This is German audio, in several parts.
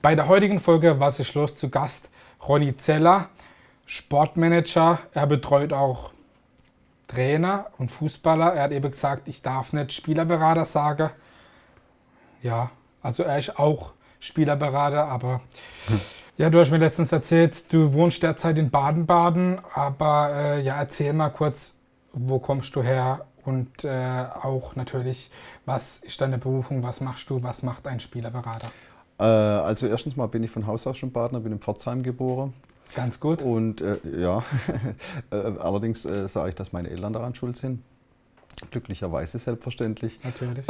Bei der heutigen Folge Was ist los? Zu Gast Ronny Zeller, Sportmanager. Er betreut auch Trainer und Fußballer. Er hat eben gesagt, ich darf nicht Spielerberater sagen. Ja, also er ist auch Spielerberater, aber ja, du hast mir letztens erzählt, du wohnst derzeit in Baden-Baden, aber ja, erzähl mal kurz, wo kommst du her und auch natürlich, was ist deine Berufung, was machst du, was macht ein Spielerberater? Also erstens mal bin ich von Haus aus schon Badener, bin in Pforzheim geboren. Ganz gut. Und ja, allerdings sage ich, dass meine Eltern daran schuld sind. Glücklicherweise selbstverständlich. Natürlich.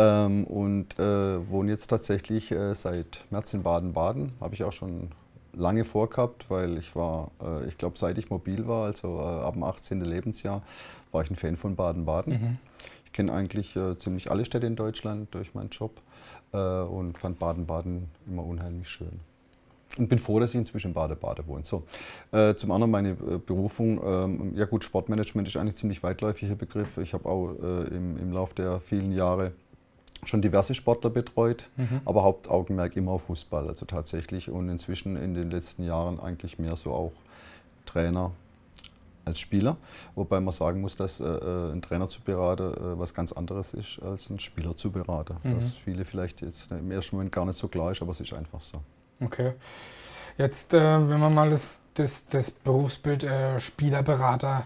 Wohne jetzt tatsächlich seit März in Baden-Baden. Habe ich auch schon lange vorgehabt, weil ich war, ich glaube, seit ich mobil war, also ab dem 18. Lebensjahr, war ich ein Fan von Baden-Baden. Mhm. Ich kenne eigentlich ziemlich alle Städte in Deutschland durch meinen Job und fand Baden-Baden immer unheimlich schön. Und bin froh, dass ich inzwischen in Baden-Baden wohne. So, zum anderen meine Berufung. Ja gut, Sportmanagement ist eigentlich ein ziemlich weitläufiger Begriff. Ich habe auch im Laufe der vielen Jahre schon diverse Sportler betreut, aber Hauptaugenmerk immer auf Fußball, also tatsächlich. Und inzwischen in den letzten Jahren eigentlich mehr so auch Trainer als Spieler. Wobei man sagen muss, dass ein Trainer zu beraten was ganz anderes ist, als ein Spieler zu beraten. Was viele vielleicht jetzt im ersten Moment gar nicht so klar ist, aber es ist einfach so. Okay. Jetzt, wenn man mal das Berufsbild Spielerberater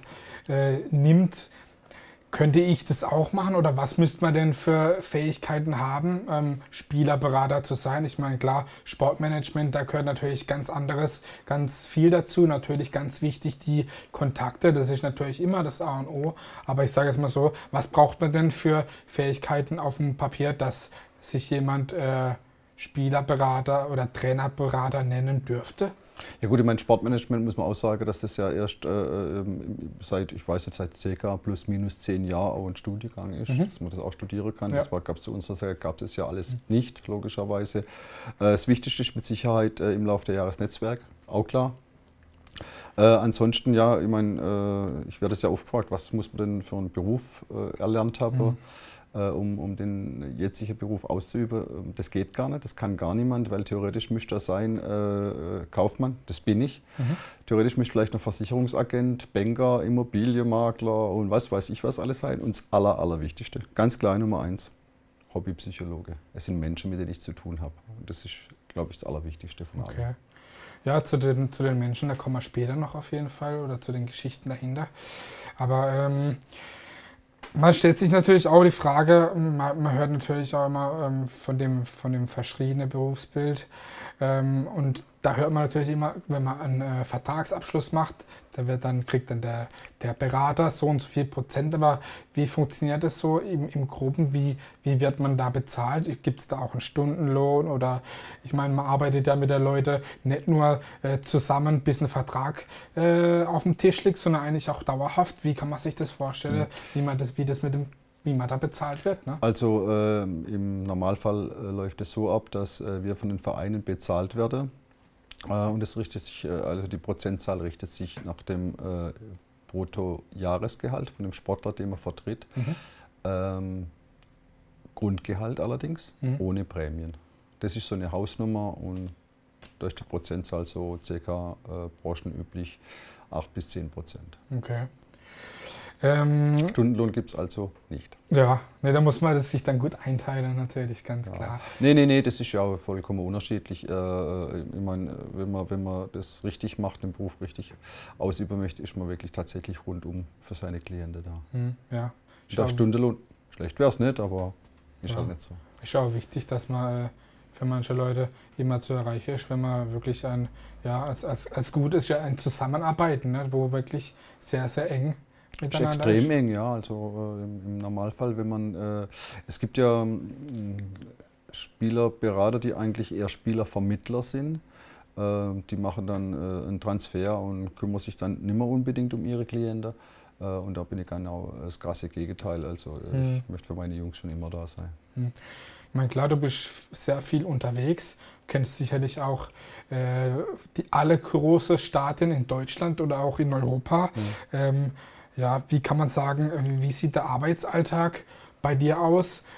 nimmt, könnte ich das auch machen oder was müsste man denn für Fähigkeiten haben, Spielerberater zu sein? Ich meine, klar, Sportmanagement, da gehört natürlich ganz anderes, ganz viel dazu. Natürlich ganz wichtig die Kontakte, das ist natürlich immer das A und O. Aber ich sage jetzt mal so, was braucht man denn für Fähigkeiten auf dem Papier, dass sich jemand Spielerberater oder Trainerberater nennen dürfte? Ja gut, ich meine, Sportmanagement muss man auch sagen, dass das ja erst seit, ich weiß nicht, seit ca. plus minus 10 Jahren auch ein Studiengang ist, dass man das auch studieren kann. Ja. Das gab es zu unserer Zeit, gab es ja alles nicht, logischerweise. Das Wichtigste ist mit Sicherheit im Laufe der Jahre das Netzwerk, auch klar. Ansonsten, ja, ich meine, ich werde ja oft gefragt, was muss man denn für einen Beruf erlernt haben, um den jetzigen Beruf auszuüben. Das geht gar nicht, das kann gar niemand, weil theoretisch müsste er sein Kaufmann, das bin ich. Theoretisch müsste vielleicht noch Versicherungsagent, Banker, Immobilienmakler und was weiß ich was alles sein. Und das Allerwichtigste, ganz klar Nummer 1, Hobbypsychologe. Es sind Menschen, mit denen ich zu tun habe. Und das ist, glaube ich, das Allerwichtigste von allem. Okay. Ja, zu den Menschen, da kommen wir später noch auf jeden Fall oder zu den Geschichten dahinter. Aber man stellt sich natürlich auch die Frage, man hört natürlich auch immer von dem verschriebenen Berufsbild und da hört man natürlich immer, wenn man einen Vertragsabschluss macht, kriegt dann der Berater so und so viel Prozent, aber wie funktioniert das so im Groben, wie wird man da bezahlt? Gibt es da auch einen Stundenlohn oder ich meine, man arbeitet ja mit den Leuten nicht nur zusammen, bis ein Vertrag auf dem Tisch liegt, sondern eigentlich auch dauerhaft. Wie kann man sich das vorstellen, wie man da bezahlt wird? Ne? Also im Normalfall läuft es so ab, dass wir von den Vereinen bezahlt werden. Und es richtet sich, also die Prozentzahl richtet sich nach dem Bruttojahresgehalt von dem Sportler, den man vertritt. Grundgehalt allerdings, ohne Prämien. Das ist so eine Hausnummer und da ist die Prozentzahl so ca. Branchenüblich 8-10%. Okay. Stundenlohn gibt es also nicht. Ja, ne, da muss man das sich dann gut einteilen, natürlich, ganz klar. Nee, das ist ja vollkommen unterschiedlich. Ich meine, wenn man das richtig macht, den Beruf richtig ausüben möchte, ist man wirklich tatsächlich rundum für seine Klienten da. Ja. Der Stundenlohn, schlecht wäre es nicht, aber ist halt nicht so. Ist auch wichtig, dass man für manche Leute immer zu erreichen ist, wenn man wirklich als gut ist, ja ein Zusammenarbeiten, ne, wo wirklich sehr, sehr eng ist extrem eng, ja. Also im Normalfall, wenn man, es gibt ja Spielerberater, die eigentlich eher Spielervermittler sind. Die machen dann einen Transfer und kümmern sich dann nicht mehr unbedingt um ihre Klienten. Und da bin ich genau das krasse Gegenteil. Also ich möchte für meine Jungs schon immer da sein. Ich meine, klar, du bist sehr viel unterwegs, kennst sicherlich auch alle großen Stadien in Deutschland oder auch in Europa. Ja, wie kann man sagen, wie sieht der Arbeitsalltag bei dir aus?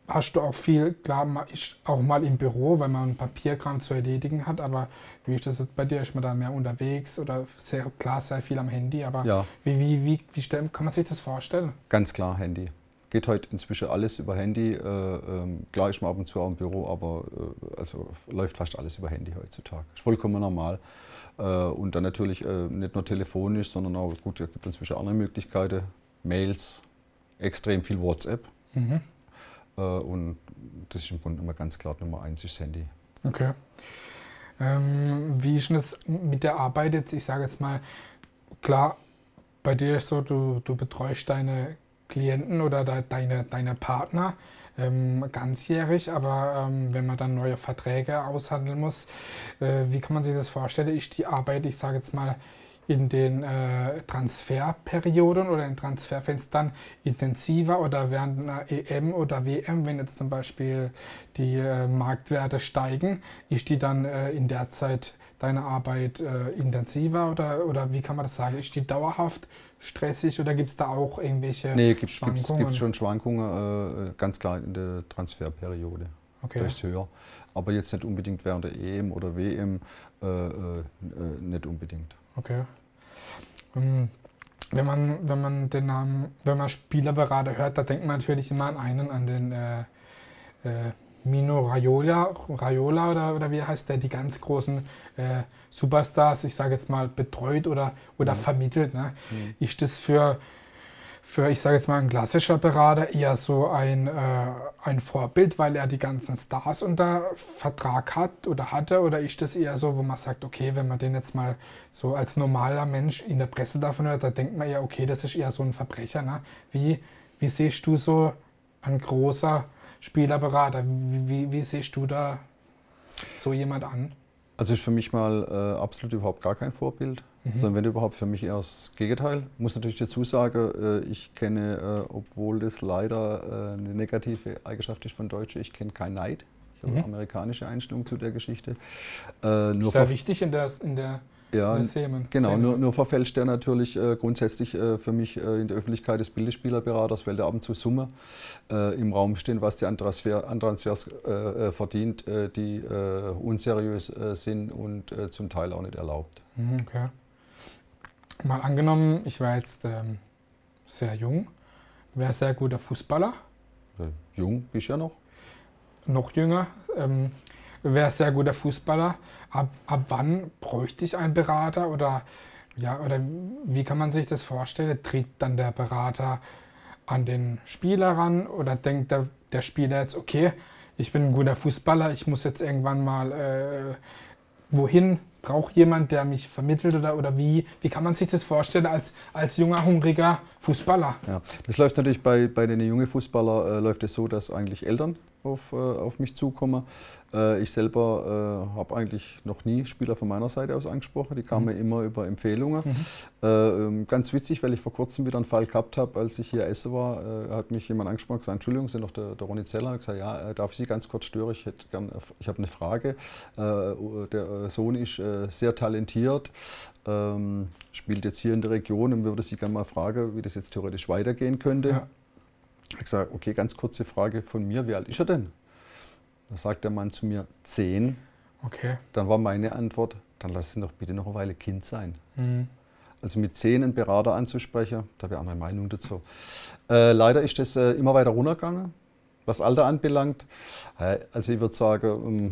hast du auch viel, klar, man ist auch mal im Büro, weil man einen Papierkram zu erledigen hat, aber wie ist das jetzt bei dir? Ist man da mehr unterwegs oder sehr klar, sehr viel am Handy, aber Ja, kann man sich das vorstellen? ganz klar Handy. Geht heute inzwischen alles über Handy. Klar ist man ab und zu auch im Büro, aber also läuft fast alles über Handy heutzutage. Ist vollkommen normal. Und dann natürlich nicht nur telefonisch, sondern auch, gut, es gibt inzwischen andere Möglichkeiten. Mails, extrem viel WhatsApp. Mhm. Und das ist im Grunde immer ganz klar Nummer eins, ist das Handy. Okay. Wie ist denn das mit der Arbeit jetzt? Ich sage jetzt mal, klar, bei dir ist so, du betreust deine Klienten oder deine Partner ganzjährig, aber wenn man dann neue Verträge aushandeln muss, wie kann man sich das vorstellen? Ist die Arbeit, ich sage jetzt mal, in den Transferperioden oder in Transferfenstern intensiver oder während einer EM oder WM, wenn jetzt zum Beispiel die Marktwerte steigen, ist die dann in der Zeit deine Arbeit intensiver oder wie kann man das sagen? Ist die dauerhaft stressig oder gibt es da auch irgendwelche Schwankungen? Gibt schon Schwankungen, ganz klar in der Transferperiode. Okay. Da ist es höher. Aber jetzt nicht unbedingt während der EM oder WM, nicht unbedingt. Okay. Wenn man Spielerberater hört, da denkt man natürlich immer an den Mino Raiola oder wie heißt der, die ganz großen Superstars, ich sage jetzt mal, betreut oder vermittelt. Ne? Ist das für, ich sage jetzt mal, ein klassischer Berater eher so ein Vorbild, weil er die ganzen Stars unter Vertrag hat oder hatte? Oder ist das eher so, wo man sagt, okay, wenn man den jetzt mal so als normaler Mensch in der Presse davon hört, da denkt man ja, okay, das ist eher so ein Verbrecher. Ne? Wie siehst du so ein großer Spielerberater? Wie siehst du da so jemand an? Also ist für mich mal absolut überhaupt gar kein Vorbild, sondern wenn überhaupt für mich eher das Gegenteil. Ich muss natürlich dazu sagen, ich kenne, obwohl das leider eine negative Eigenschaft ist von Deutschen, ich kenne keinen Neid. Ich habe eine amerikanische Einstellung zu der Geschichte. Sehr wichtig in der Genau, nur verfälscht er natürlich grundsätzlich für mich in der Öffentlichkeit des Bildungsspielerberaters, weil der ab und zu Summe im Raum stehen, was der an Transfers verdient, die unseriös sind und zum Teil auch nicht erlaubt. Okay. Mal angenommen, ich war jetzt sehr jung, wäre sehr guter Fußballer. Jung bist du ja noch? Noch jünger. Wäre sehr guter Fußballer. Ab wann bräuchte ich einen Berater oder wie kann man sich das vorstellen? Tritt dann der Berater an den Spieler ran oder denkt der Spieler jetzt, okay, ich bin ein guter Fußballer, ich muss jetzt irgendwann mal wohin? Braucht jemand, der mich vermittelt oder wie kann man sich das vorstellen als junger, hungriger Fußballer? Ja, das läuft natürlich bei den jungen Fußballern läuft es so, dass eigentlich Eltern auf mich zukommen. Ich selber habe eigentlich noch nie Spieler von meiner Seite aus angesprochen, die kamen mir immer über Empfehlungen. Ganz witzig, weil ich vor kurzem wieder einen Fall gehabt habe, als ich hier essen war, hat mich jemand angesprochen und gesagt, Entschuldigung, sind noch der Ronny Zeller. Ich gesagt, ja, darf ich Sie ganz kurz stören? Ich habe eine Frage. Der Sohn ist sehr talentiert, spielt jetzt hier in der Region und würde Sie gerne mal fragen, wie das jetzt theoretisch weitergehen könnte. Ja. Ich habe gesagt, okay, ganz kurze Frage von mir, wie alt ist er denn? Da sagt der Mann zu mir, 10. Okay. Dann war meine Antwort, dann lass ihn doch bitte noch eine Weile Kind sein. Mhm. Also mit 10 einen Berater anzusprechen, da habe ich auch meine Meinung dazu. Leider ist das immer weiter runtergegangen, was Alter anbelangt. Also ich würde sagen,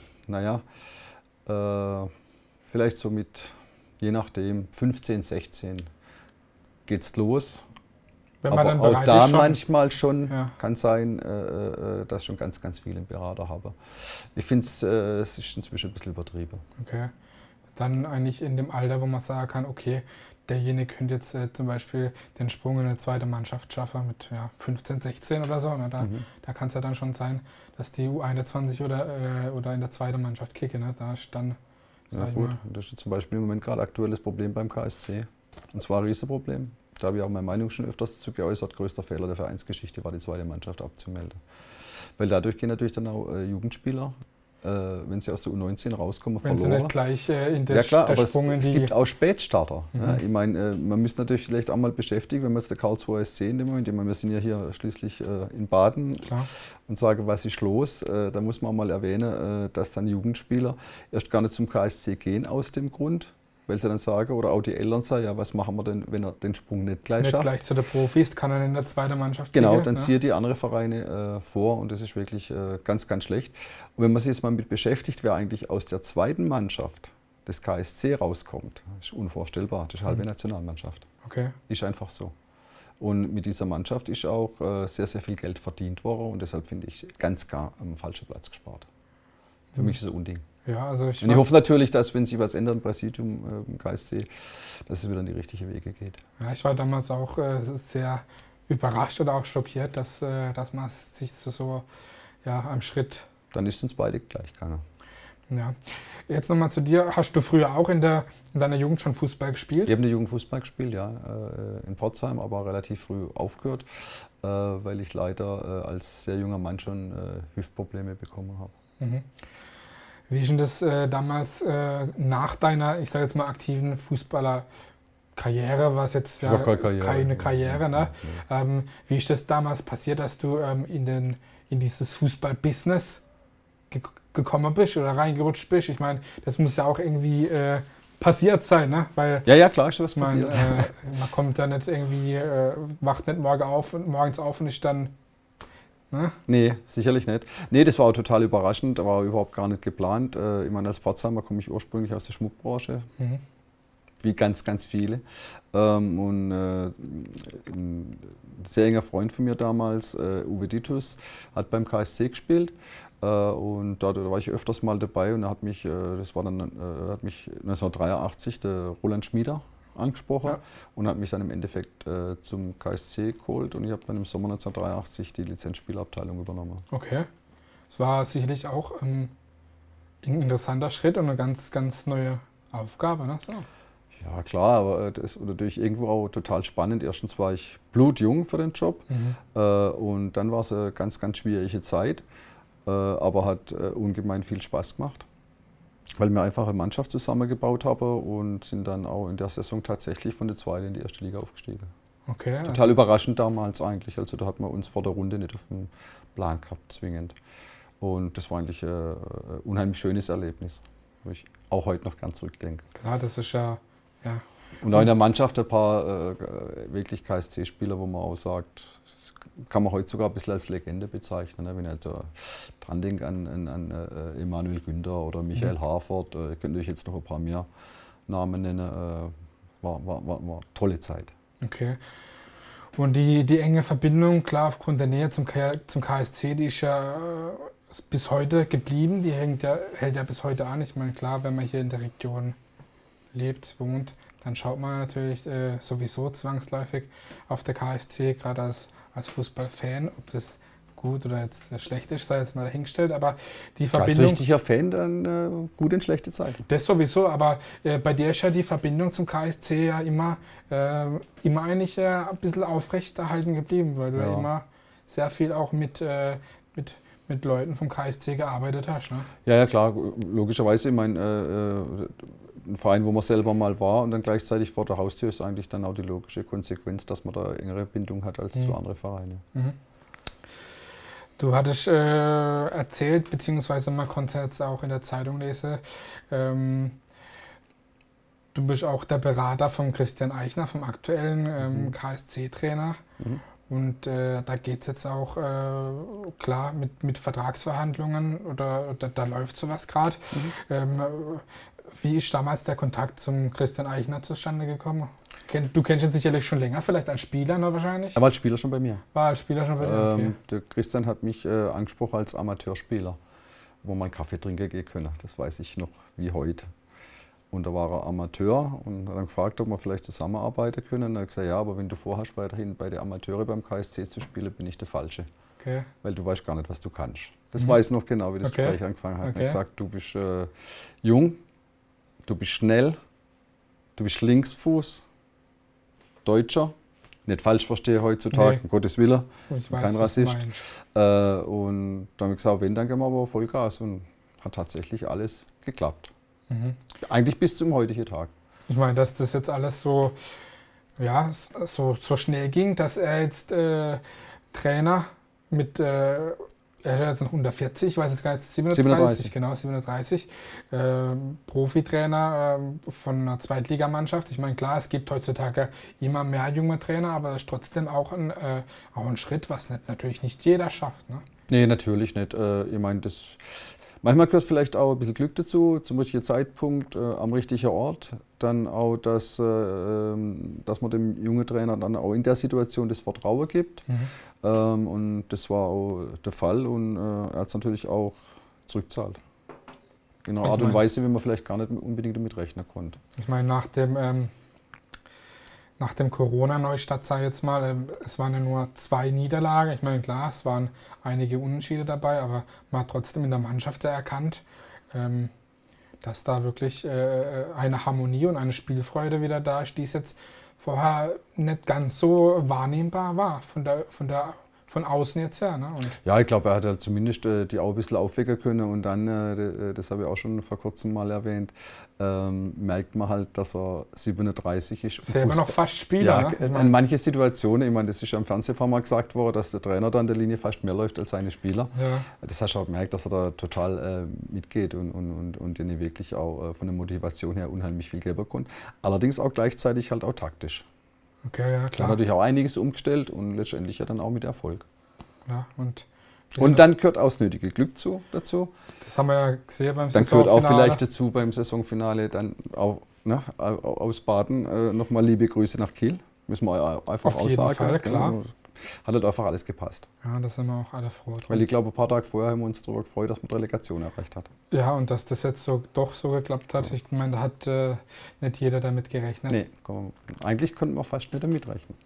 vielleicht so mit, je nachdem, 15, 16 geht's los. Wenn man aber dann auch bereit da ist, schon, manchmal schon ja. kann sein, dass ich schon ganz, ganz viele Berater habe. Ich finde es ist inzwischen ein bisschen übertrieben. Okay. Dann eigentlich in dem Alter, wo man sagen kann, okay, derjenige könnte jetzt zum Beispiel den Sprung in eine zweite Mannschaft schaffen mit 15, 16 oder so. Ne? Da kann es ja dann schon sein, dass die U21 oder in der zweiten Mannschaft kicken. Ne? Da ist dann, Ja, gut. Das ist zum Beispiel im Moment gerade aktuelles Problem beim KSC. Und zwar ein Riesenproblem. Da habe ich auch meine Meinung schon öfters dazu geäußert. Größter Fehler der Vereinsgeschichte war, die zweite Mannschaft abzumelden. Weil dadurch gehen natürlich dann auch Jugendspieler wenn sie aus der U19 rauskommen, wenn verloren. sie nicht gleich in der, Ja klar, der aber Sprung in es die... gibt auch Spätstarter. Ja, ich meine, man müsste natürlich vielleicht auch mal beschäftigen, wenn wir jetzt der Karlsruher SC in dem Moment, ich meine, wir sind ja hier schließlich in Baden Klar. und sagen, was ist los, da muss man auch mal erwähnen, dass dann Jugendspieler erst gar nicht zum KSC gehen aus dem Grund, weil sie dann sagen, oder auch die Eltern sagen, ja, was machen wir denn, wenn er den Sprung nicht gleich Nicht schafft? gleich zu der Profis, kann er in der zweiten Mannschaft Genau, kriegen, dann ne? zieht die andere Vereine vor und das ist wirklich ganz, ganz schlecht. Und wenn man sich jetzt mal mit beschäftigt, wer eigentlich aus der zweiten Mannschaft des KSC rauskommt, ist unvorstellbar. Das ist halbe Nationalmannschaft. Okay. Ist einfach so. Und mit dieser Mannschaft ist auch sehr, sehr viel Geld verdient worden und deshalb finde ich ganz klar am falschen Platz gespart. Für mich ist es ein Unding. Ja, also Und ich hoffe natürlich, dass, wenn sich was ändert im Präsidium im KSC, dass es wieder in die richtige Wege geht. Ja, ich war damals auch sehr überrascht oder auch schockiert, dass man sich so am Schritt... Dann ist uns beide gleich keiner. Ja. Jetzt nochmal zu dir. Hast du früher auch in deiner Jugend schon Fußball gespielt? Ich habe in der Jugend Fußball gespielt, ja, in Pforzheim, aber relativ früh aufgehört, weil ich leider als sehr junger Mann schon Hüftprobleme bekommen habe. Mhm. Wie ist denn das damals nach deiner, ich sage jetzt mal, aktiven Fußballerkarriere, was jetzt ja keine Karriere, ne? Wie ist das damals passiert, dass du in dieses Fußballbusiness gekommen bist oder reingerutscht bist? Ich meine, das muss ja auch irgendwie passiert sein, ne? Weil ja, klar, ist was passiert. man kommt da nicht irgendwie, wacht nicht morgens auf und ist dann... Ne? Nee, sicherlich nicht. Nee, das war auch total überraschend, war überhaupt gar nicht geplant. Ich meine, als Pforzheimer komme ich ursprünglich aus der Schmuckbranche, wie ganz, ganz viele. Und ein sehr enger Freund von mir damals, Uwe Ditus, hat beim KSC gespielt. Und da war ich öfters mal dabei und er hat mich, hat mich 1983 der Roland Schmieder angesprochen und hat mich dann im Endeffekt zum KSC geholt und ich habe dann im Sommer 1983 die Lizenzspielabteilung übernommen. Okay. Es war sicherlich auch ein interessanter Schritt und eine ganz, ganz neue Aufgabe, ne? So. Ja klar, aber das ist natürlich irgendwo auch total spannend. Erstens war ich blutjung für den Job und dann war es eine ganz, ganz schwierige Zeit, aber hat ungemein viel Spaß gemacht. Weil wir einfach eine Mannschaft zusammengebaut haben und sind dann auch in der Saison tatsächlich von der zweiten in die erste Liga aufgestiegen. Okay. Total überraschend damals eigentlich. Also da hat man uns vor der Runde nicht auf dem Plan gehabt, zwingend. Und das war eigentlich ein unheimlich schönes Erlebnis, wo ich auch heute noch gern zurückdenke. Klar, das ist ja. Und auch in der Mannschaft ein paar wirklich KSC-Spieler, wo man auch sagt, kann man heute sogar ein bisschen als Legende bezeichnen. Wenn ich also dran denke an Emanuel Günther oder Michael Harford, ich könnte euch jetzt noch ein paar mehr Namen nennen, war eine tolle Zeit. Okay. Und die enge Verbindung, klar, aufgrund der Nähe zum KSC, die ist ja bis heute geblieben, die hält ja bis heute an. Ich meine, klar, wenn man hier in der Region lebt, wohnt, dann schaut man natürlich sowieso zwangsläufig auf der KSC, gerade als Fußballfan, ob das gut oder jetzt schlecht ist, sei jetzt mal dahingestellt, aber die Verbindung... Als richtiger Fan dann gut in schlechte Zeiten. Das sowieso, aber bei dir ist ja die Verbindung zum KSC ja immer eigentlich ein bisschen aufrechterhalten geblieben, weil du ja immer sehr viel auch mit Leuten vom KSC gearbeitet hast. Ne? Ja, klar, logischerweise. Ich meine, ein Verein, wo man selber mal war und dann gleichzeitig vor der Haustür, ist eigentlich dann auch die logische Konsequenz, dass man da eine engere Bindung hat als zu anderen Vereinen. Du hattest erzählt, beziehungsweise man konnte jetzt auch in der Zeitung lesen, du bist auch der Berater von Christian Eichner, vom aktuellen KSC-Trainer. Und da geht es jetzt auch klar mit Vertragsverhandlungen oder da läuft sowas gerade. Wie ist damals der Kontakt zum Christian Eichner zustande gekommen? Du kennst ihn sicherlich schon länger, vielleicht als Spieler noch wahrscheinlich? Er war als Spieler schon bei mir. War als Spieler schon bei mir, okay. Der Christian hat mich angesprochen als Amateurspieler, wo man Kaffee trinken gehen können. Das weiß ich noch wie heute. Und da war er Amateur und hat dann gefragt, ob wir vielleicht zusammenarbeiten können. Und er hat gesagt, ja, aber wenn du vorhast, weiterhin bei den Amateure beim KSC zu spielen, bin ich der Falsche. Okay. Weil du weißt gar nicht, was du kannst. Das weiß ich noch genau, wie das Gespräch angefangen hat. Er hat gesagt, du bist jung, du bist schnell, du bist Linksfuß, Deutscher. Nicht falsch verstehe heutzutage, um Gottes Willen. Ich weiß, kein Rassist. Und dann habe ich gesagt, wenn, dann gehen wir aber Vollgas. Und hat tatsächlich alles geklappt. Mhm. Eigentlich bis zum heutigen Tag. Ich meine, dass das jetzt alles so, ja, so schnell ging, dass er jetzt Trainer mit, er ist jetzt noch unter 40, ich weiß jetzt gar nicht, 37, genau, 37, Profitrainer von einer Zweitligamannschaft. Ich meine, klar, es gibt heutzutage immer mehr junge Trainer, aber es ist trotzdem auch ein Schritt, was natürlich nicht jeder schafft. Ne? Nee, natürlich nicht. Ich meine, manchmal gehört vielleicht auch ein bisschen Glück dazu, zum richtigen Zeitpunkt, am richtigen Ort. Dann auch, dass man dem jungen Trainer dann auch in der Situation das Vertrauen gibt. Und das war auch der Fall und er hat es natürlich auch zurückzahlt. In einer Art und Weise, wie man vielleicht gar nicht unbedingt damit rechnen konnte. Ich meine, nach dem Corona-Neustart, sage ich jetzt mal, es waren ja nur 2 Niederlagen. Ich meine, klar, es waren einige Unentschiede dabei, aber man hat trotzdem in der Mannschaft erkannt, dass da wirklich eine Harmonie und eine Spielfreude wieder da ist, die es jetzt vorher nicht ganz so wahrnehmbar war, von außen jetzt her. Ne? Und ja, ich glaube, er hat halt zumindest die auch ein bisschen aufwecken können und dann, das habe ich auch schon vor kurzem mal erwähnt, merkt man halt, dass er 37 ist. Selber noch fast Spieler. Ja, ne? In manchen Situationen, ich meine, das ist am Fernsehen ein paar Mal gesagt worden, dass der Trainer da an der Linie fast mehr läuft als seine Spieler. Ja. Das hast du auch gemerkt, dass er da total mitgeht und denen wirklich auch von der Motivation her unheimlich viel geben konnte. Allerdings auch gleichzeitig halt auch taktisch. Okay, ja, Er hat klar. natürlich auch einiges umgestellt und letztendlich ja dann auch mit Erfolg. Ja, und dann gehört auch das nötige Glück dazu. das haben wir ja gesehen beim Dann Saisonfinale. gehört auch vielleicht dazu beim Saisonfinale dann auch aus Baden nochmal liebe Grüße nach Kiel. Müssen wir einfach Auf jeden aussagen. Fall, klar. Ja, hat halt einfach alles gepasst. Ja, da sind wir auch alle froh drum. Weil ich glaube, ein paar Tage vorher haben wir uns darüber gefreut, dass man die Relegation erreicht hat. Ja, und dass das jetzt doch so geklappt hat, ich meine, da hat nicht jeder damit gerechnet. Nee, eigentlich konnten wir fast nicht damit rechnen.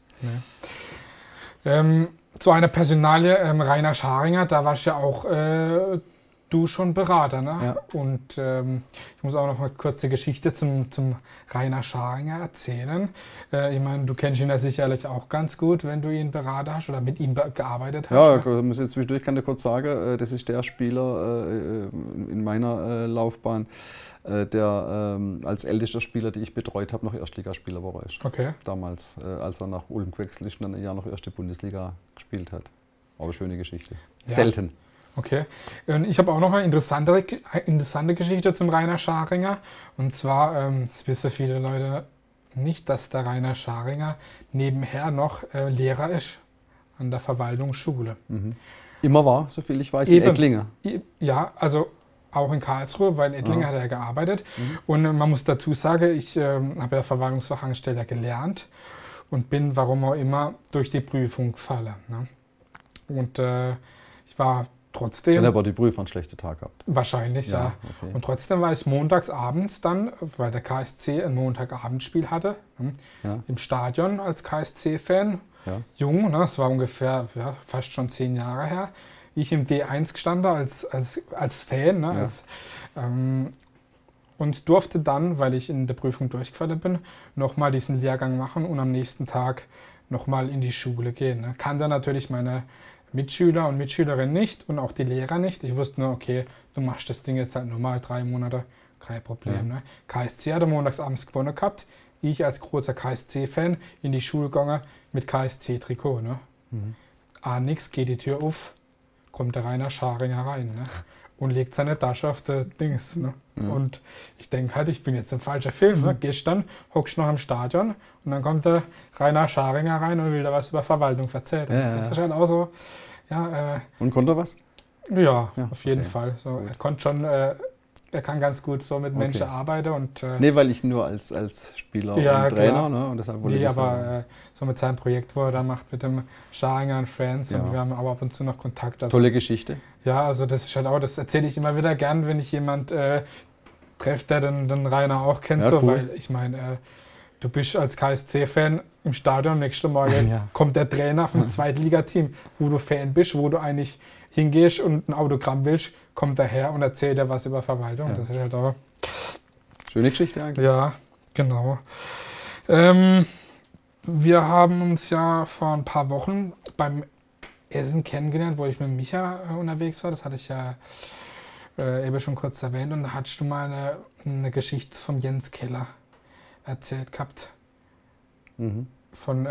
Nee. Zu einer Personalie, Rainer Scharinger, da warst ja auch du schon Berater, ne? Ja. Und ich muss auch noch eine kurze Geschichte zum Rainer Scharinger erzählen. Ich meine, du kennst ihn ja sicherlich auch ganz gut, wenn du ihn Berater hast oder mit ihm gearbeitet hast. Ja, ne? muss ich zwischendurch kann ich kurz sagen, das ist der Spieler in meiner Laufbahn, der als ältester Spieler, die ich betreut habe, noch Erstligaspieler war. Okay. Damals, als er nach Ulm gewechselt ist und dann ein Jahr noch erste Bundesliga gespielt hat. Auch eine schöne Geschichte. Ja. Selten. Okay. Und ich habe auch noch eine interessante Geschichte zum Rainer Scharinger. Und zwar, das wissen viele Leute nicht, dass der Rainer Scharinger nebenher noch Lehrer ist an der Verwaltungsschule. Mhm. Immer war, soviel ich weiß, Eben. in Ettlingen. Ja, also auch in Karlsruhe, weil in Ettlingen hat er gearbeitet. Und man muss dazu sagen, ich habe ja Verwaltungsfachangestellter gelernt und bin, warum auch immer, durch die Prüfung gefallen. Ne? Und ich war trotzdem... Dann hat aber die Prüfer einen schlechten Tag gehabt. Wahrscheinlich, ja. Okay. Und trotzdem war ich montags abends dann, weil der KSC ein Montagabendspiel hatte, im Stadion als KSC-Fan. Ja. Jung, ne, es war ungefähr fast schon 10 Jahre her. Ich im D1 gestanden als Fan. Ne, und durfte dann, weil ich in der Prüfung durchgefallen bin, nochmal diesen Lehrgang machen und am nächsten Tag nochmal in die Schule gehen. Ne. Kannte natürlich meine Mitschüler und Mitschülerinnen nicht und auch die Lehrer nicht. Ich wusste nur, okay, du machst das Ding jetzt halt nur mal 3 Monate, kein Problem. Ja. Ne. KSC hatte montagsabends gewonnen gehabt. Ich als großer KSC-Fan in die Schule gegangen mit KSC-Trikot. Ne. Nix, geht die Tür auf, kommt der Rainer Scharinger rein, ne? Und legt seine Tasche auf das Dings. Ne? Und ich denke halt, ich bin jetzt im falschen Film. Ne? Gestern hockst du noch im Stadion und dann kommt der Rainer Scharinger rein und will da was über Verwaltung erzählen. Das ist halt auch so. Ja, und konnte er was? Ja, auf jeden Fall. So, er konnte schon, er kann ganz gut so mit Menschen arbeiten. Und, nee, weil ich nur als Spieler und Trainer, ne? Und deshalb wollte ich aber so mit seinem Projekt, wo er da macht mit dem Scharinger und Friends und wir haben aber ab und zu noch Kontakt. Also, tolle Geschichte. Ja, also das ist halt auch, das erzähle ich immer wieder gern, wenn ich jemand treffe, der den Rainer auch kennt, Ja, so, cool. weil ich meine, du bist als KSC-Fan im Stadion, nächste Morgen kommt der Trainer vom Zweitligateam, wo du Fan bist, wo du eigentlich hingehst und ein Autogramm willst, kommt er her und erzählt dir was über Verwaltung. Ja. Das ist halt auch... Schöne Geschichte eigentlich. Ja, genau. Wir haben uns ja vor ein paar Wochen beim Essen kennengelernt, wo ich mit Micha unterwegs war. Das hatte ich ja eben schon kurz erwähnt. Und da hattest du mal eine Geschichte von Jens Keller erzählt gehabt. Von,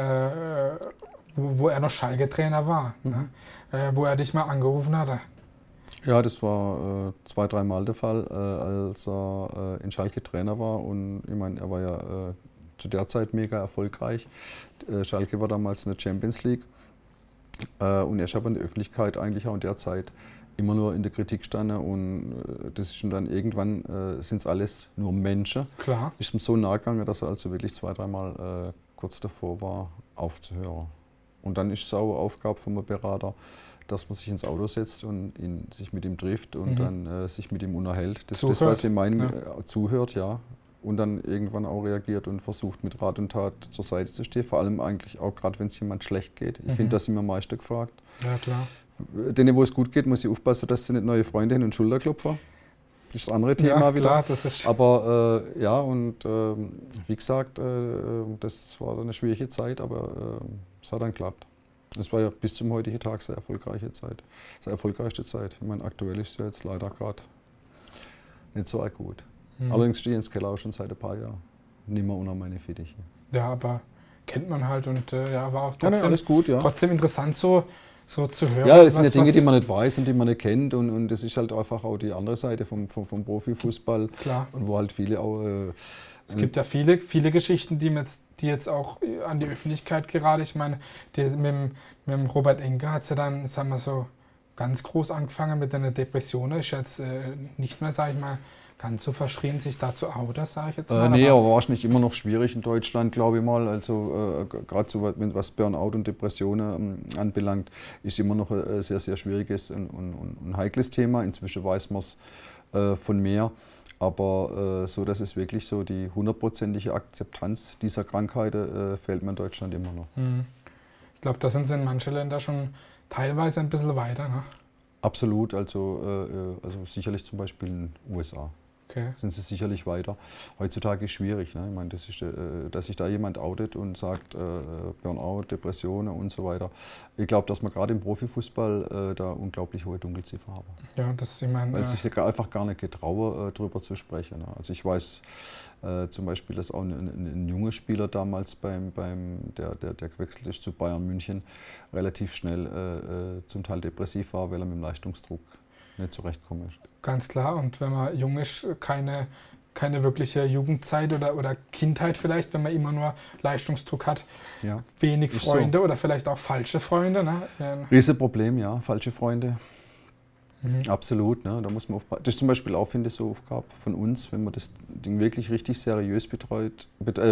wo er noch Schalke-Trainer war. Ne? Wo er dich mal angerufen hatte. Ja, das war 2-3 Mal der Fall, als er in Schalke Trainer war. Und ich meine, er war ja zu der Zeit mega erfolgreich. Schalke war damals in der Champions League. Und er ist aber in der Öffentlichkeit eigentlich auch in der Zeit immer nur in der Kritik gestanden. Und das ist schon dann irgendwann, sind es alles nur Menschen. Klar. Ist ihm so nahe gegangen, dass er also wirklich 2-3 Mal kurz davor war, aufzuhören. Und dann ist es auch eine Aufgabe vom Berater, dass man sich ins Auto setzt und sich mit ihm trifft und dann sich mit ihm unterhält. Das ist das, was ich meine, zuhört, ja. Und dann irgendwann auch reagiert und versucht, mit Rat und Tat zur Seite zu stehen. Vor allem eigentlich auch gerade, wenn es jemand schlecht geht. Ich finde, das immer am meisten gefragt. Ja, klar. Denen, wo es gut geht, muss ich aufpassen, dass sie nicht neue Freunde hin und Schulterklopfer. Das ist das andere Thema ja, wieder. Klar, das ist aber ja, und wie gesagt, das war dann eine schwierige Zeit, aber es hat dann geklappt. Es war ja bis zum heutigen Tag sehr erfolgreiche Zeit. Sehr erfolgreichste Zeit. Ich meine, aktuell ist es ja jetzt leider gerade nicht so arg gut. Allerdings stehe ich ins Keller auch schon seit ein paar Jahren. Nicht mehr unter meine Fittiche. Ja, aber kennt man halt und ja, war auch trotzdem, alles gut, ja. Trotzdem interessant so zu hören. Ja, es sind ja Dinge, die man nicht weiß und die man nicht kennt. Und das ist halt einfach auch die andere Seite vom Profifußball. Klar. Und wo halt viele auch... es gibt ja viele Geschichten, die jetzt auch an die Öffentlichkeit gerade, ich meine, mit dem Robert Enke hat es ja dann, sagen wir so, ganz groß angefangen mit einer Depression. Ist jetzt nicht mehr, sage ich mal, ganz so verschrien, sich da zu outen, sage ich jetzt mal. Nee, aber wahrscheinlich immer noch schwierig in Deutschland, glaube ich mal. Also gerade so, was Burnout und Depressionen anbelangt, ist immer noch ein sehr, sehr schwieriges und heikles Thema. Inzwischen weiß man es von mehr. Aber so, dass es wirklich so die 100%ige Akzeptanz dieser Krankheit fehlt mir in Deutschland immer noch. Ich glaube, da sind sie in manchen Ländern schon teilweise ein bisschen weiter. Ne? Absolut, also sicherlich zum Beispiel in den USA. Okay. Sind sie sicherlich weiter. Heutzutage ist es schwierig. Ne? Ich meine, das ist, dass sich da jemand outet und sagt, Burnout, Depressionen und so weiter. Ich glaube, dass wir gerade im Profifußball da unglaublich hohe Dunkelziffer haben. Ja, das, ich meine, weil sich einfach gar nicht getraue, darüber zu sprechen. Ne? Also ich weiß zum Beispiel, dass auch ein junger Spieler damals, der gewechselt ist zu Bayern München, relativ schnell zum Teil depressiv war, weil er mit dem Leistungsdruck nicht zurechtkommen ist. Ganz klar, und wenn man jung ist, keine wirkliche Jugendzeit oder Kindheit vielleicht, wenn man immer nur Leistungsdruck hat, ja, wenig Freunde so. Oder vielleicht auch falsche Freunde. Ne? Riesenproblem, ja, falsche Freunde. Absolut, ne? Da muss man aufpassen. Das ist zum Beispiel auch, finde ich, so Aufgabe von uns, wenn man das Ding wirklich richtig seriös betreibt,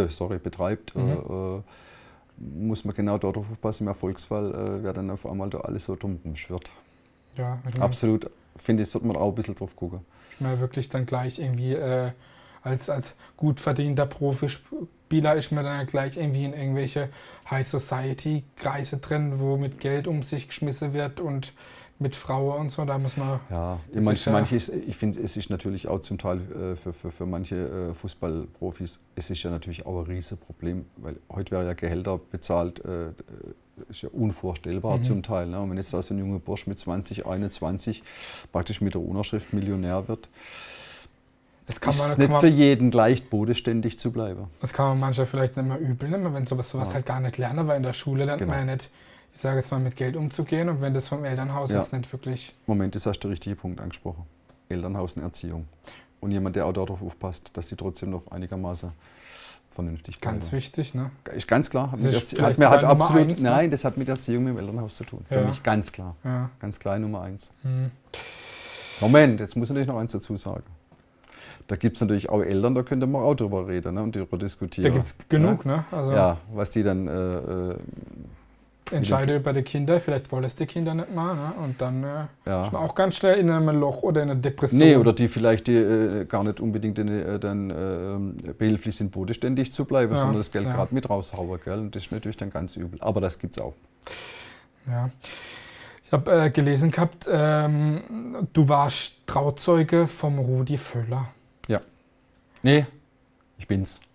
muss man genau dort aufpassen, im Erfolgsfall, wer dann auf einmal da alles so drum rumschwirrt. Ja, absolut, finde ich, sollte man auch ein bisschen drauf gucken. Man wirklich dann gleich irgendwie als gut verdienter Profispieler ist man dann gleich irgendwie in irgendwelche High-Society-Kreise drin, wo mit Geld um sich geschmissen wird und mit Frauen und so, da muss man... Ja, ich finde, es ist natürlich auch zum Teil für manche Fußballprofis, es ist ja natürlich auch ein Riesenproblem, weil heute werden ja Gehälter bezahlt, ist ja unvorstellbar zum Teil. Ne? Und wenn jetzt da so ein junger Bursch mit 20, 21 praktisch mit der Unterschrift Millionär wird, ist es nicht für jeden leicht bodenständig zu bleiben. Das kann man manchmal vielleicht nicht mehr übel nehmen, wenn sowas halt gar nicht lernen, weil in der Schule lernt man ja nicht, ich sage jetzt mal, mit Geld umzugehen und wenn das vom Elternhaus jetzt nicht wirklich... Moment, das hast du der richtige Punkt angesprochen. Elternhaus und Erziehung. Und jemand, der auch darauf aufpasst, dass die trotzdem noch einigermaßen vernünftig bleiben. Ganz wichtig, ne? Ist ganz klar. Das hat mit Erziehung mit dem Elternhaus zu tun. Ja. Für mich ganz klar. Ja. Ganz klar Nummer 1. Moment, jetzt muss ich natürlich noch eins dazu sagen. Da gibt es natürlich auch Eltern, da könnte man auch drüber reden, ne, und darüber diskutieren. Da gibt es genug, ne? Also ja, was die dann... entscheide über die Kinder, vielleicht wollen es die Kinder nicht mal, ne? Und dann ist man auch ganz schnell in einem Loch oder in einer Depression. Nee, oder die vielleicht gar nicht unbedingt behilflich sind, bodenständig zu bleiben, sondern das Geld gerade mit raushauen. Gell? Und das ist natürlich dann ganz übel. Aber das gibt's auch. Ja. Ich habe gelesen gehabt, du warst Trauzeuge vom Rudi Völler. Ja. Nee, ich bin's.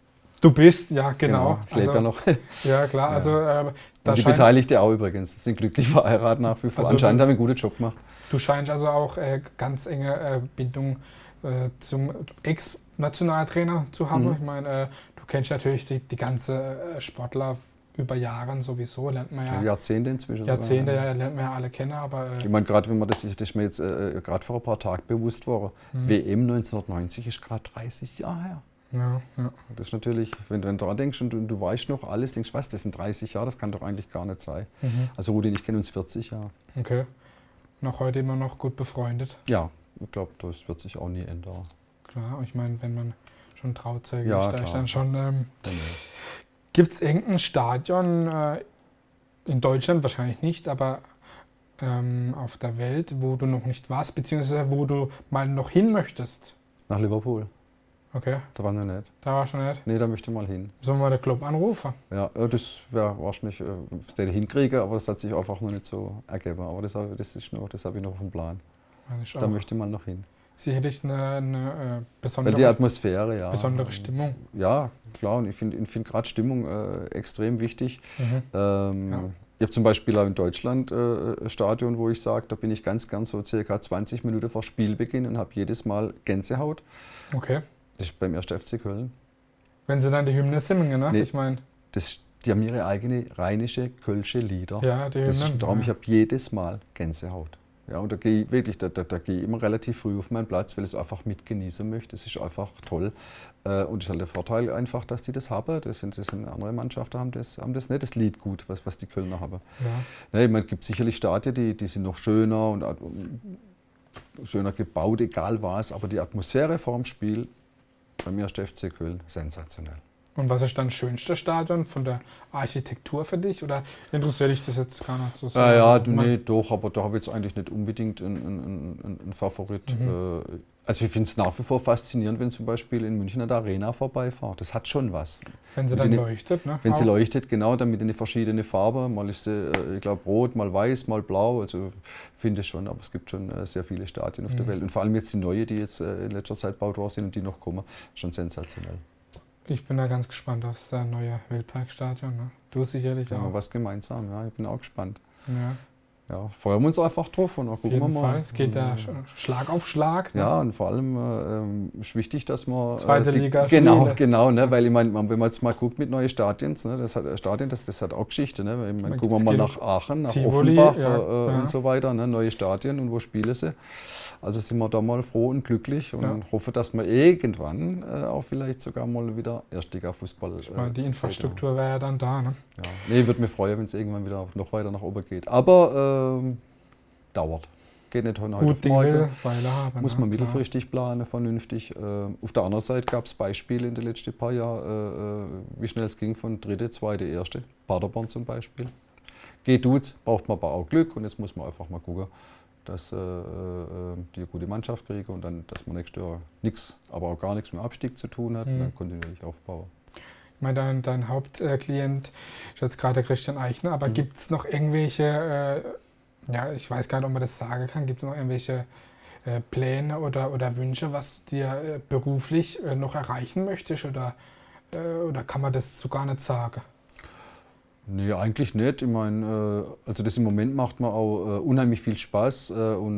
Du bist, ja, genau. Ich lebe ja noch. Ja, klar. Ja. Also, und die Beteiligte auch übrigens. Sind glücklich verheiratet nach wie vor. Also Anscheinend haben wir einen guten Job gemacht. Du scheinst also auch ganz enge Bindung zum Ex-Nationaltrainer zu haben. Ich meine, du kennst natürlich die ganze Sportler über Jahre sowieso, lernt man ja. Jahrzehnte inzwischen. Jahrzehnte, ja, lernt man ja alle kennen, aber. Ich meine, gerade wenn man das ist mir jetzt gerade vor ein paar Tagen bewusst war, WM 1990 ist gerade 30 Jahre her. Ja. Das ist natürlich, wenn du dran denkst und du weißt noch alles, denkst, was, das sind 30 Jahre, das kann doch eigentlich gar nicht sein. Also Rudi und ich kennen uns 40 Jahre. Okay. Noch heute immer noch gut befreundet. Ja, ich glaube, das wird sich auch nie ändern. Klar, ich meine, wenn man schon Trauzeuge ist, dann schon. Gibt es irgendein Stadion in Deutschland, wahrscheinlich nicht, aber auf der Welt, wo du noch nicht warst, beziehungsweise wo du mal noch hin möchtest? Nach Liverpool. Okay. Da waren wir nicht. Da war schon nicht? Nee, da möchte ich mal hin. Sollen wir mal den Club anrufen? Ja, das wäre wahrscheinlich, das hinkriege, aber das hat sich einfach noch nicht so ergeben. Aber das habe ich noch auf dem Plan. Da möchte ich mal noch hin. Sicherlich eine besondere, die Atmosphäre, ja. Besondere Stimmung. Ja, klar. Und ich finde gerade Stimmung extrem wichtig. Ich habe zum Beispiel auch in Deutschland ein Stadion, wo ich sage, da bin ich ganz gern so circa 20 Minuten vor Spielbeginn und habe jedes Mal Gänsehaut. Okay. Das ist beim 1. FC Köln. Wenn sie dann die Hymne singen, ne? Nee, ich meine. Die haben ihre eigene rheinische, kölsche Lieder. Ja, die Hymne. Das ist ein Traum. Ich habe jedes Mal Gänsehaut. Ja, und da gehe ich immer relativ früh auf meinen Platz, weil ich es einfach mitgenießen möchte. Das ist einfach toll. Und es ist halt der Vorteil einfach, dass die das haben. Das sind andere Mannschaften haben das nicht, das Lied gut, was die Kölner haben. Ja. Ja, ich meine, es gibt sicherlich Stadien, die sind noch schöner und schöner gebaut, egal was, aber die Atmosphäre vor dem Spiel beim 1. FC Köln, sensationell. Und was ist dann das schönste Stadion von der Architektur für dich? Oder interessiert dich das jetzt gar nicht so sehr? Nee, doch, aber da habe ich jetzt eigentlich nicht unbedingt einen Favorit. Also ich finde es nach wie vor faszinierend, wenn zum Beispiel in München an der Arena vorbeifahrt. Das hat schon was. Wenn sie dann leuchtet, ne? Wenn sie leuchtet, genau, dann mit den verschiedenen Farben. Mal ist sie, ich glaube, rot, mal weiß, mal blau. Also finde ich schon, aber es gibt schon sehr viele Stadien auf der Welt. Und vor allem jetzt die neue, die jetzt in letzter Zeit gebaut worden sind und die noch kommen, schon sensationell. Ich bin da ganz gespannt auf das neue Wildparkstadion. Ne? Du sicherlich auch. Was gemeinsam, ja, ich bin auch gespannt. Ja, freuen wir uns einfach drauf und gucken wir mal. Es geht ja Schlag auf Schlag. Ne? Ja, und vor allem ist wichtig, dass man zweite Liga genau, ne, weil ich meine, wenn man jetzt mal guckt mit neuen Stadien, ne, das hat auch Geschichte, ne? Gucken wir mal nach Aachen, nach Tivoli, Offenbach und so weiter, ne, neue Stadien und wo spielen sie. Also sind wir da mal froh und glücklich und hoffen, dass wir irgendwann auch vielleicht sogar mal wieder Erstliga-Fußball. Die Infrastruktur wäre ja dann da, ne? Ja. Nee, würde mich freuen, wenn es irgendwann wieder noch weiter nach oben geht. Aber dauert. Geht nicht heute auf morgen. Muss man mittelfristig planen, vernünftig. Auf der anderen Seite gab es Beispiele in den letzten paar Jahren, wie schnell es ging von 3., 2., 1. Paderborn zum Beispiel. Geht gut, braucht man aber auch Glück und jetzt muss man einfach mal gucken, dass die eine gute Mannschaft kriegen und dann, dass man nächstes Jahr nichts, aber auch gar nichts mit Abstieg zu tun hat und dann kontinuierlich aufbauen. Ich meine, dein Hauptklient ist jetzt gerade der Christian Eichner, aber gibt es noch irgendwelche, ich weiß gar nicht, ob man das sagen kann, gibt es noch irgendwelche Pläne oder Wünsche, was du dir beruflich noch erreichen möchtest oder kann man das so gar nicht sagen? Nee, eigentlich nicht. Ich meine, also das im Moment macht mir auch unheimlich viel Spaß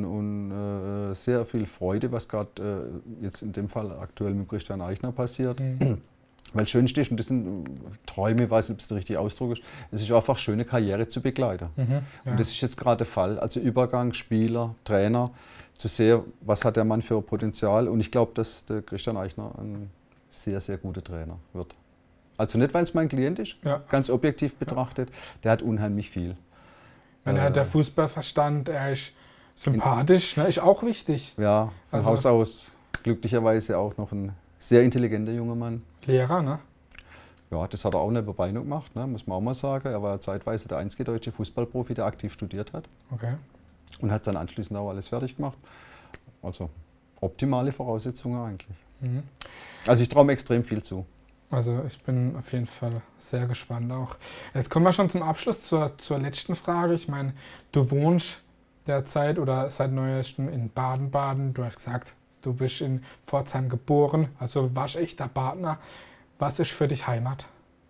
und sehr viel Freude, was gerade jetzt in dem Fall aktuell mit Christian Eichner passiert. Weil schön ist, und das sind Träume, ich weiß nicht, ob es der richtige Ausdruck ist, es ist einfach schöne Karriere zu begleiten. Und das ist jetzt gerade der Fall. Also Übergang, Spieler, Trainer, zu sehen, was hat der Mann für Potenzial. Und ich glaube, dass der Christian Eichner ein sehr, sehr guter Trainer wird. Also nicht, weil es mein Klient ist, ganz objektiv betrachtet, der hat unheimlich viel. Er hat der Fußballverstand, er ist sympathisch, ist auch wichtig. Ja, von Haus aus glücklicherweise auch noch ein sehr intelligenter junger Mann. Lehrer, ne? Ja, das hat er auch nebenbei noch gemacht, ne, muss man auch mal sagen. Er war zeitweise der einzige deutsche Fußballprofi, der aktiv studiert hat. Okay. Und hat dann anschließend auch alles fertig gemacht. Also optimale Voraussetzungen eigentlich. Also ich traue mir extrem viel zu. Also ich bin auf jeden Fall sehr gespannt auch. Jetzt kommen wir schon zum Abschluss zur letzten Frage. Ich meine, du wohnst derzeit oder seit neuestem in Baden-Baden. Du hast gesagt, du bist in Pforzheim geboren, also warst echter Badener. Was ist für dich Heimat?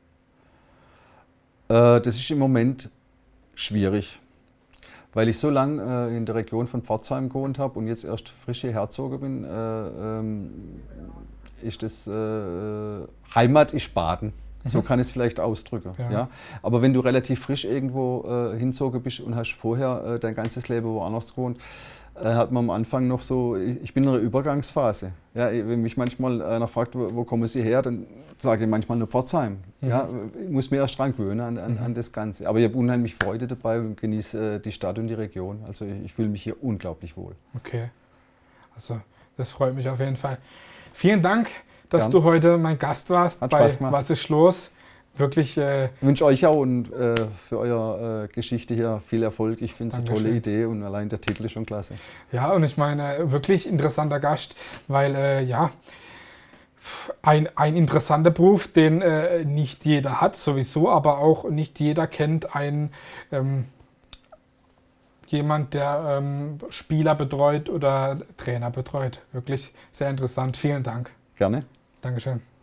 Das ist im Moment schwierig, weil ich so lange in der Region von Pforzheim gewohnt habe und jetzt erst frisch hierher gezogen bin, ist das Heimat ist Baden. So kann ich es vielleicht ausdrücken. Ja. Ja. Aber wenn du relativ frisch irgendwo hinzogen bist und hast vorher dein ganzes Leben woanders gewohnt, hat man am Anfang noch so, ich bin in einer Übergangsphase. Ja, wenn mich manchmal einer fragt, wo kommen Sie her, dann sage ich manchmal nur Pforzheim. Ja, ich muss mir erst dran gewöhnen an das Ganze. Aber ich habe unheimlich Freude dabei und genieße die Stadt und die Region. Also ich fühle mich hier unglaublich wohl. Okay, also das freut mich auf jeden Fall. Vielen Dank, dass Gern. du heute mein Gast warst Hat bei Spaß gemacht. Was ist los? Wirklich. Ich wünsche euch auch und für eure Geschichte hier viel Erfolg. Ich finde es eine tolle Dankeschön. Idee und allein der Titel ist schon klasse. Ja, und ich meine, wirklich interessanter Gast, weil ja, ein interessanter Beruf, den nicht jeder hat sowieso, aber auch nicht jeder kennt einen jemand, der Spieler betreut oder Trainer betreut. Wirklich sehr interessant. Vielen Dank. Gerne. Dankeschön.